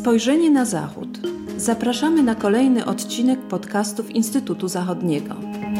Spojrzenie na Zachód. Zapraszamy na kolejny odcinek podcastów Instytutu Zachodniego.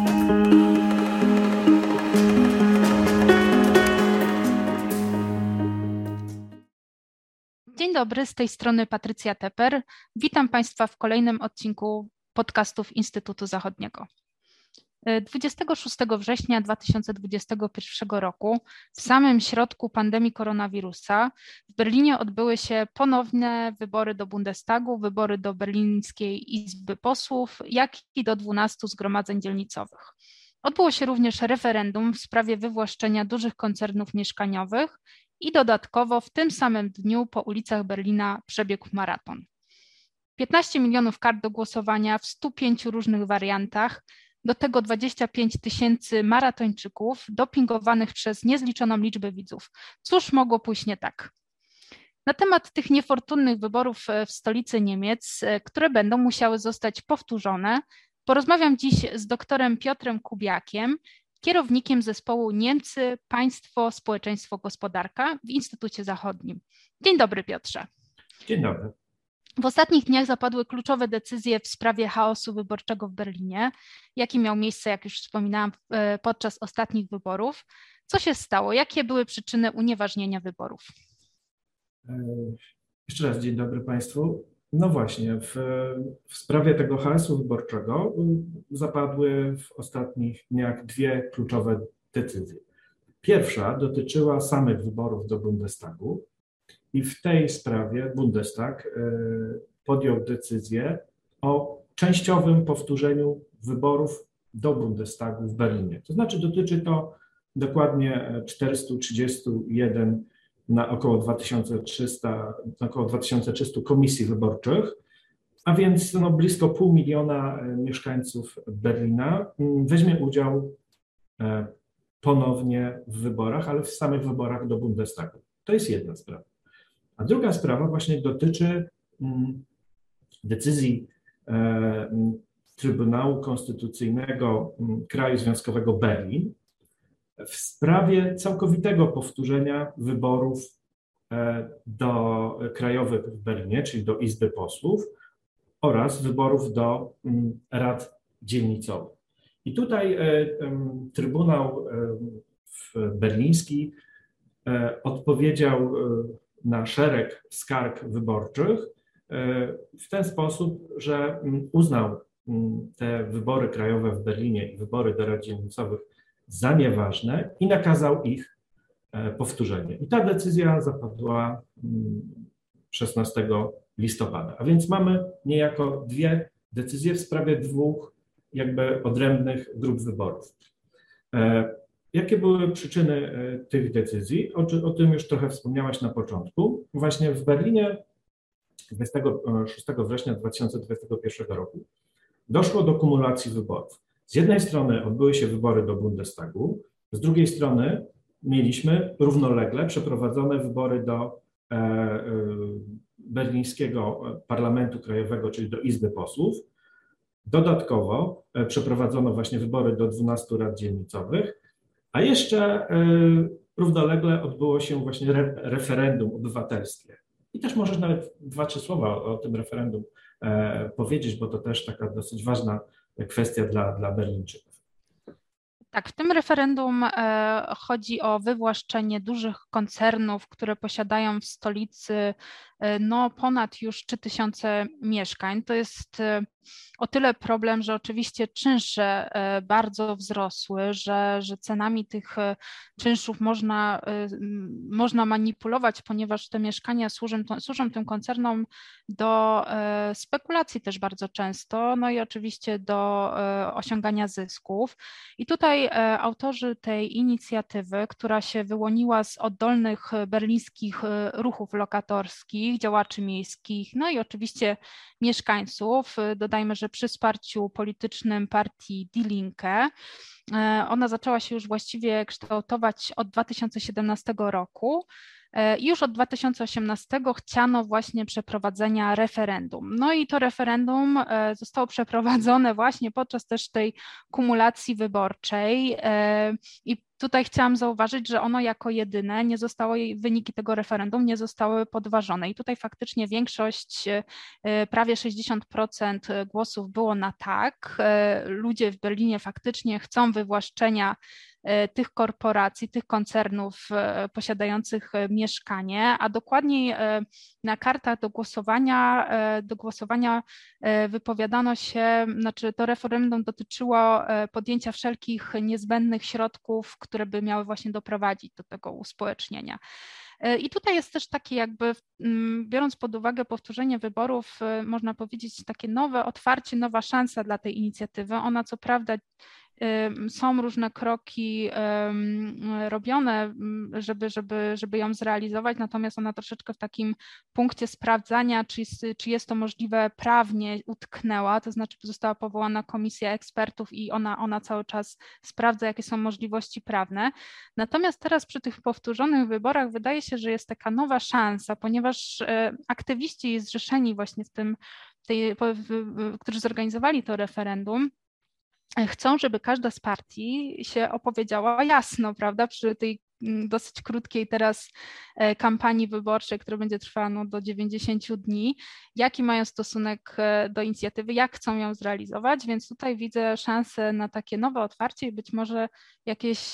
Dzień dobry, z tej strony Patrycja Teper. Witam Państwa w kolejnym odcinku podcastów Instytutu Zachodniego. 26 września 2021 roku, w samym środku pandemii koronawirusa, w Berlinie odbyły się ponowne wybory do Bundestagu, wybory do Berlińskiej Izby Posłów, jak i do 12 zgromadzeń dzielnicowych. Odbyło się również referendum w sprawie wywłaszczenia dużych koncernów mieszkaniowych i dodatkowo w tym samym dniu po ulicach Berlina przebiegł maraton. 15 milionów kart do głosowania w 105 różnych wariantach, do tego 25 000 maratończyków dopingowanych przez niezliczoną liczbę widzów. Cóż mogło pójść nie tak? Na temat tych niefortunnych wyborów w stolicy Niemiec, które będą musiały zostać powtórzone, porozmawiam dziś z doktorem Piotrem Kubiakiem, kierownikiem zespołu Niemcy, Państwo, Społeczeństwo, Gospodarka w Instytucie Zachodnim. Dzień dobry, Piotrze. Dzień dobry. W ostatnich dniach zapadły kluczowe decyzje w sprawie chaosu wyborczego w Berlinie, jaki miał miejsce, jak już wspominałam, podczas ostatnich wyborów. Co się stało? Jakie były przyczyny unieważnienia wyborów? Jeszcze raz dzień dobry Państwu. No właśnie, w sprawie tego chaosu wyborczego zapadły w ostatnich dniach dwie kluczowe decyzje. Pierwsza dotyczyła samych wyborów do Bundestagu i w tej sprawie Bundestag podjął decyzję o częściowym powtórzeniu wyborów do Bundestagu w Berlinie. To znaczy dotyczy to dokładnie 431 na około 2300 komisji wyborczych, a więc blisko 500 000 mieszkańców Berlina weźmie udział ponownie w wyborach, ale w samych wyborach do Bundestagu. To jest jedna sprawa. A druga sprawa właśnie dotyczy decyzji Trybunału Konstytucyjnego Kraju Związkowego Berlin w sprawie całkowitego powtórzenia wyborów do krajowych w Berlinie, czyli do Izby Posłów oraz wyborów do rad dzielnicowych. I tutaj Trybunał Berliński odpowiedział na szereg skarg wyborczych w ten sposób, że uznał te wybory krajowe w Berlinie i wybory do rad dzielnicowych za nieważne i nakazał ich powtórzenie. I ta decyzja zapadła 16 listopada. A więc mamy niejako dwie decyzje w sprawie dwóch jakby odrębnych grup wyborów. Jakie były przyczyny tych decyzji? O tym już trochę wspomniałaś na początku. Właśnie w Berlinie 26 września 2021 roku doszło do kumulacji wyborów. Z jednej strony odbyły się wybory do Bundestagu, z drugiej strony mieliśmy równolegle przeprowadzone wybory do berlińskiego Parlamentu Krajowego, czyli do Izby Posłów. Dodatkowo przeprowadzono właśnie wybory do 12 rad dzielnicowych, a jeszcze równolegle odbyło się właśnie referendum obywatelskie. I też możesz nawet 2-3 słowa o tym referendum powiedzieć, bo to też taka dosyć ważna kwestia dla Berlińczyków. Tak, w tym referendum chodzi o wywłaszczenie dużych koncernów, które posiadają w stolicy ponad już 3000 mieszkań. To jest o tyle problem, że oczywiście czynsze bardzo wzrosły, że cenami tych czynszów można manipulować, ponieważ te mieszkania służą tym koncernom do spekulacji też bardzo często, no i oczywiście do osiągania zysków. I tutaj autorzy tej inicjatywy, która się wyłoniła z oddolnych berlińskich ruchów lokatorskich, działaczy miejskich, no i oczywiście mieszkańców, dodajmy, że przy wsparciu politycznym partii Die Linke. Ona zaczęła się już właściwie kształtować od 2017 roku. I już od 2018 chciano właśnie przeprowadzenia referendum. No i to referendum zostało przeprowadzone właśnie podczas też tej kumulacji wyborczej i tutaj chciałam zauważyć, że ono jako jedyne nie zostało, wyniki tego referendum nie zostały podważone i tutaj faktycznie większość, prawie 60% głosów było na tak. Ludzie w Berlinie faktycznie chcą wywłaszczenia tych korporacji, tych koncernów posiadających mieszkanie, a dokładniej na kartach do głosowania wypowiadano się, znaczy to referendum dotyczyło podjęcia wszelkich niezbędnych środków, które by miały właśnie doprowadzić do tego uspołecznienia. I tutaj jest też takie jakby, biorąc pod uwagę powtórzenie wyborów, można powiedzieć takie nowe otwarcie, nowa szansa dla tej inicjatywy. Ona co prawda są różne kroki robione, żeby ją zrealizować, natomiast ona troszeczkę w takim punkcie sprawdzania, czy jest to możliwe prawnie utknęła, to znaczy została powołana komisja ekspertów i ona cały czas sprawdza, jakie są możliwości prawne. Natomiast teraz przy tych powtórzonych wyborach wydaje się, że jest taka nowa szansa, ponieważ aktywiści zrzeszeni właśnie którzy zorganizowali to referendum, chcą, żeby każda z partii się opowiedziała jasno, prawda, przy tej dosyć krótkiej teraz kampanii wyborczej, która będzie trwała do 90 dni, jaki mają stosunek do inicjatywy, jak chcą ją zrealizować, więc tutaj widzę szansę na takie nowe otwarcie i być może jakieś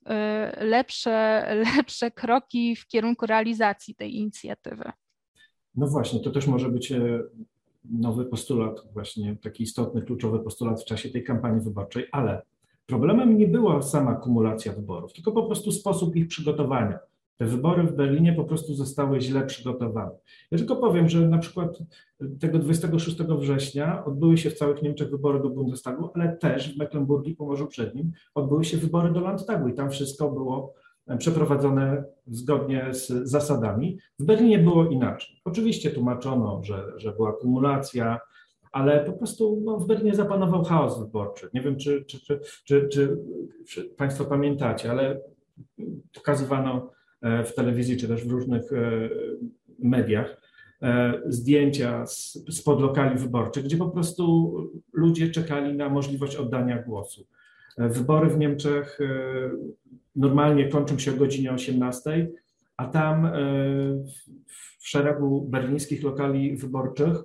lepsze kroki w kierunku realizacji tej inicjatywy. No właśnie, to też może być nowy postulat, właśnie taki istotny, kluczowy postulat w czasie tej kampanii wyborczej, ale problemem nie była sama kumulacja wyborów, tylko po prostu sposób ich przygotowania. Te wybory w Berlinie po prostu zostały źle przygotowane. Ja tylko powiem, że na przykład tego 26 września odbyły się w całych Niemczech wybory do Bundestagu, ale też w Mecklenburgii i Pomorzu Przednim odbyły się wybory do Landtagu i tam wszystko było przeprowadzone zgodnie z zasadami. W Berlinie było inaczej. Oczywiście tłumaczono, że była kumulacja, ale po prostu w Berlinie zapanował chaos wyborczy. Nie wiem, czy Państwo pamiętacie, ale pokazywano w telewizji czy też w różnych mediach zdjęcia spod lokali wyborczych, gdzie po prostu ludzie czekali na możliwość oddania głosu. Wybory w Niemczech normalnie kończą się o godzinie 18, a tam w szeregu berlińskich lokali wyborczych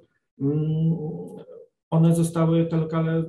te lokale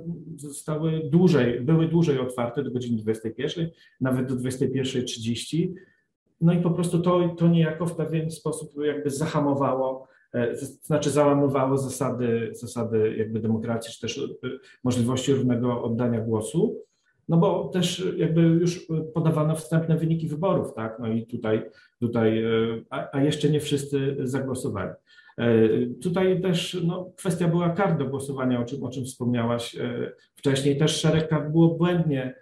były dłużej otwarte do godziny 21, nawet do 21:30. No i po prostu to niejako w pewien sposób jakby zahamowało, znaczy załamywało zasady jakby demokracji, czy też możliwości równego oddania głosu. No bo też jakby już podawano wstępne wyniki wyborów, tak? No i tutaj a jeszcze nie wszyscy zagłosowali. Tutaj też kwestia była kart do głosowania, o czym wspomniałaś wcześniej. Też szereg kart było błędnie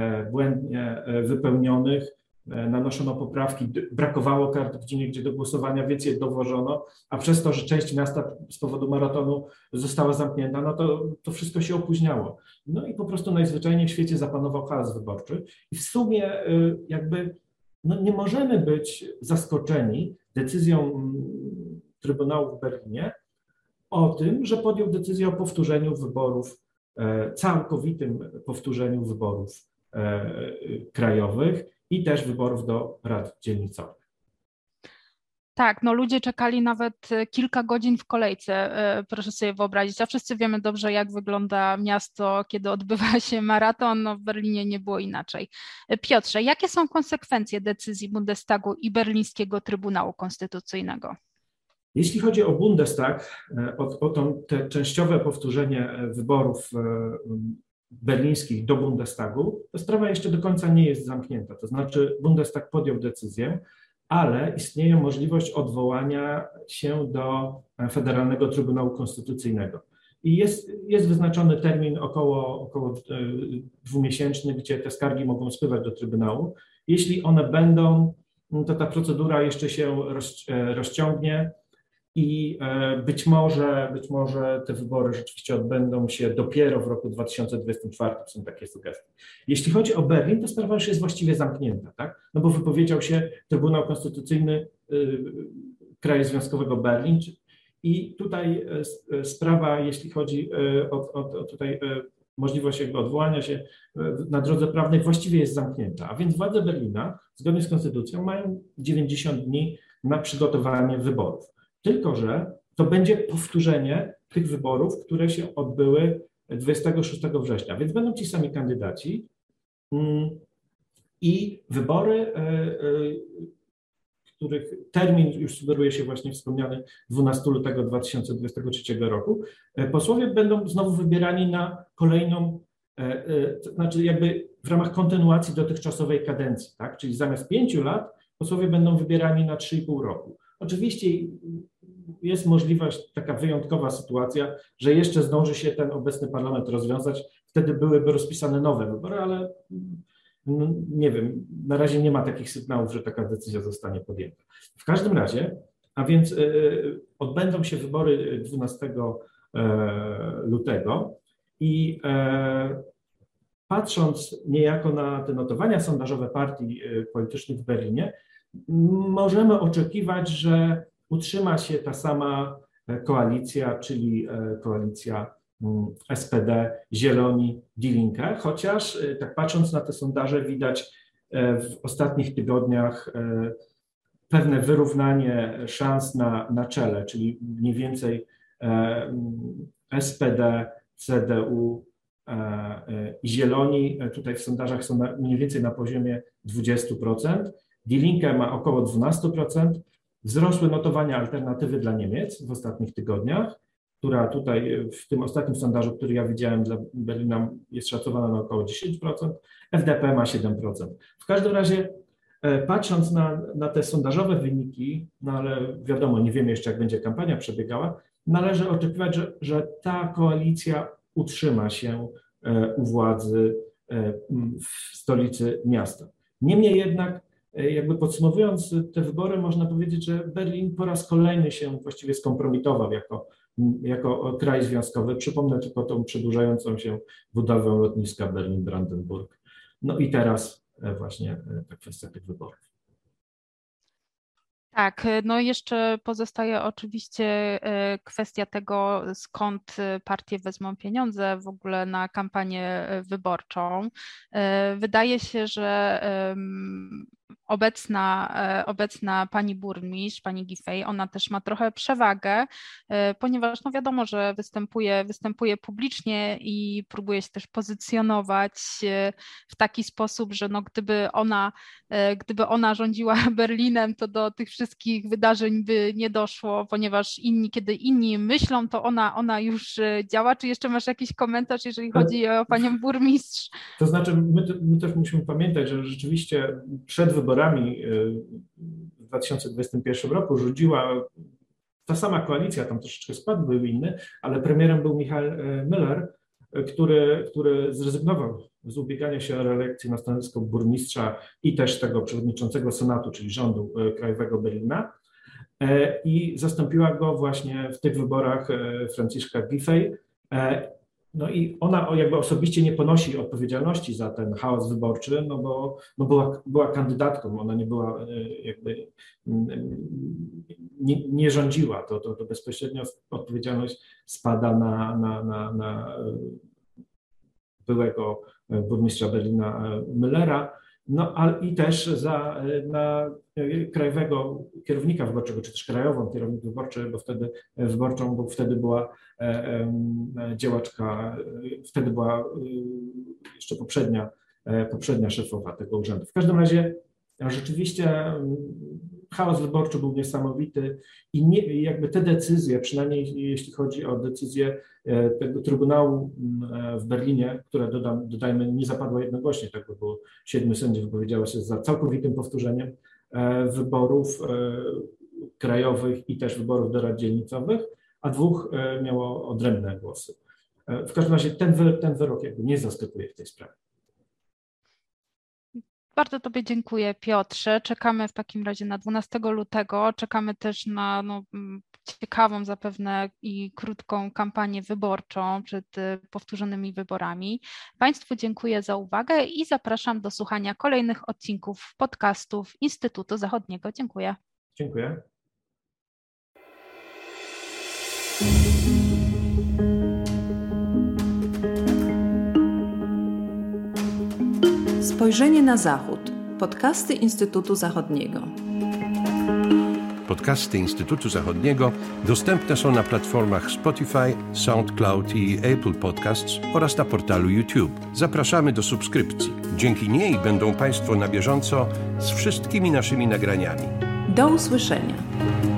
wypełnionych. Nanoszono poprawki, brakowało kart gdzie do głosowania, więc je dowożono, a przez to, że część miasta z powodu maratonu została zamknięta, no to wszystko się opóźniało. No i po prostu najzwyczajniej w świecie zapanował chaos wyborczy i w sumie jakby nie możemy być zaskoczeni decyzją Trybunału w Berlinie o tym, że podjął decyzję o powtórzeniu wyborów, całkowitym powtórzeniu wyborów krajowych i też wyborów do rad dzielnicowych. Tak, ludzie czekali nawet kilka godzin w kolejce, proszę sobie wyobrazić, a wszyscy wiemy dobrze, jak wygląda miasto, kiedy odbywa się maraton, w Berlinie nie było inaczej. Piotrze, jakie są konsekwencje decyzji Bundestagu i Berlińskiego Trybunału Konstytucyjnego? Jeśli chodzi o Bundestag, o te częściowe powtórzenie wyborów berlińskich do Bundestagu, to sprawa jeszcze do końca nie jest zamknięta. To znaczy Bundestag podjął decyzję, ale istnieje możliwość odwołania się do Federalnego Trybunału Konstytucyjnego. I jest wyznaczony termin około 2-miesięczny, gdzie te skargi mogą spływać do Trybunału. Jeśli one będą, to ta procedura jeszcze się rozciągnie i być może te wybory rzeczywiście odbędą się dopiero w roku 2024, są takie sugestie. Jeśli chodzi o Berlin, to sprawa już jest właściwie zamknięta, tak? No bo wypowiedział się Trybunał Konstytucyjny Kraju Związkowego Berlin i tutaj sprawa, jeśli chodzi o tutaj możliwość jakby odwołania się na drodze prawnej właściwie jest zamknięta. A więc władze Berlina, zgodnie z konstytucją, mają 90 dni na przygotowanie wyborów. Tylko że to będzie powtórzenie tych wyborów, które się odbyły 26 września, więc będą ci sami kandydaci i wybory, których termin już sugeruje się właśnie wspomniany 12 lutego 2023 roku, posłowie będą znowu wybierani na kolejną, to znaczy jakby w ramach kontynuacji dotychczasowej kadencji, tak? Czyli zamiast 5 lat posłowie będą wybierani na 3,5 roku. Oczywiście jest możliwość, taka wyjątkowa sytuacja, że jeszcze zdąży się ten obecny parlament rozwiązać, wtedy byłyby rozpisane nowe wybory, ale no, nie wiem, na razie nie ma takich sygnałów, że taka decyzja zostanie podjęta. W każdym razie, a więc odbędą się wybory 12 lutego i patrząc niejako na te notowania sondażowe partii politycznych w Berlinie, możemy oczekiwać, że utrzyma się ta sama koalicja, czyli koalicja SPD, Zieloni, Die Linke, chociaż tak patrząc na te sondaże widać w ostatnich tygodniach pewne wyrównanie szans na czele, czyli mniej więcej SPD, CDU i Zieloni tutaj w sondażach są mniej więcej na poziomie 20%, Die Linke ma około 12%, wzrosły notowania Alternatywy dla Niemiec w ostatnich tygodniach, która tutaj w tym ostatnim sondażu, który ja widziałem dla Berlina, jest szacowana na około 10%, FDP ma 7%. W każdym razie patrząc na te sondażowe wyniki, no ale wiadomo, nie wiemy jeszcze jak będzie kampania przebiegała, należy oczekiwać, że ta koalicja utrzyma się u władzy w stolicy miasta. Niemniej jednak jakby podsumowując te wybory, można powiedzieć, że Berlin po raz kolejny się właściwie skompromitował jako kraj związkowy. Przypomnę tylko tą przedłużającą się budowę lotniska Berlin-Brandenburg. No i teraz właśnie ta kwestia tych wyborów. Tak, no jeszcze pozostaje oczywiście kwestia tego, skąd partie wezmą pieniądze w ogóle na kampanię wyborczą. Wydaje się, że obecna pani burmistrz, pani Giffey, ona też ma trochę przewagę, ponieważ no wiadomo, że występuje publicznie i próbuje się też pozycjonować w taki sposób, że no gdyby ona rządziła Berlinem, to do tych wszystkich wydarzeń by nie doszło, ponieważ kiedy inni myślą, to ona już działa. Czy jeszcze masz jakiś komentarz, jeżeli chodzi o panią burmistrz? To znaczy, my też musimy pamiętać, że rzeczywiście przed wyborami w 2021 roku rządziła ta sama koalicja, tam troszeczkę skład był inny, ale premierem był Michael Müller, który zrezygnował z ubiegania się o reelekcję na stanowisko burmistrza i też tego przewodniczącego Senatu, czyli rządu krajowego Berlina, i zastąpiła go właśnie w tych wyborach Franciszka Giffey. No i ona jakby osobiście nie ponosi odpowiedzialności za ten chaos wyborczy, no bo była kandydatką, ona nie była jakby, nie rządziła, to bezpośrednio odpowiedzialność spada na byłego burmistrza Berlina Müllera, no i też na krajowego kierownika wyborczego, czy też krajową kierownik wyborczy, bo wtedy była działaczka, wtedy była jeszcze poprzednia szefowa tego urzędu. W każdym razie rzeczywiście chaos wyborczy był niesamowity i jakby te decyzje, przynajmniej jeśli chodzi o decyzję tego Trybunału w Berlinie, która dodajmy nie zapadła jednogłośnie, tak, bo 7 sędziów wypowiedziało się za całkowitym powtórzeniem wyborów krajowych i też wyborów do rad dzielnicowych, a 2 miało odrębne głosy. W każdym razie ten wyrok jakby nie zaskakuje w tej sprawie. Bardzo Tobie dziękuję, Piotrze. Czekamy w takim razie na 12 lutego. Czekamy też na ciekawą zapewne i krótką kampanię wyborczą przed powtórzonymi wyborami. Państwu dziękuję za uwagę i zapraszam do słuchania kolejnych odcinków podcastów Instytutu Zachodniego. Dziękuję. Dziękuję. Spojrzenie na Zachód. Podcasty Instytutu Zachodniego. Podcasty Instytutu Zachodniego dostępne są na platformach Spotify, SoundCloud i Apple Podcasts oraz na portalu YouTube. Zapraszamy do subskrypcji. Dzięki niej będą Państwo na bieżąco z wszystkimi naszymi nagraniami. Do usłyszenia.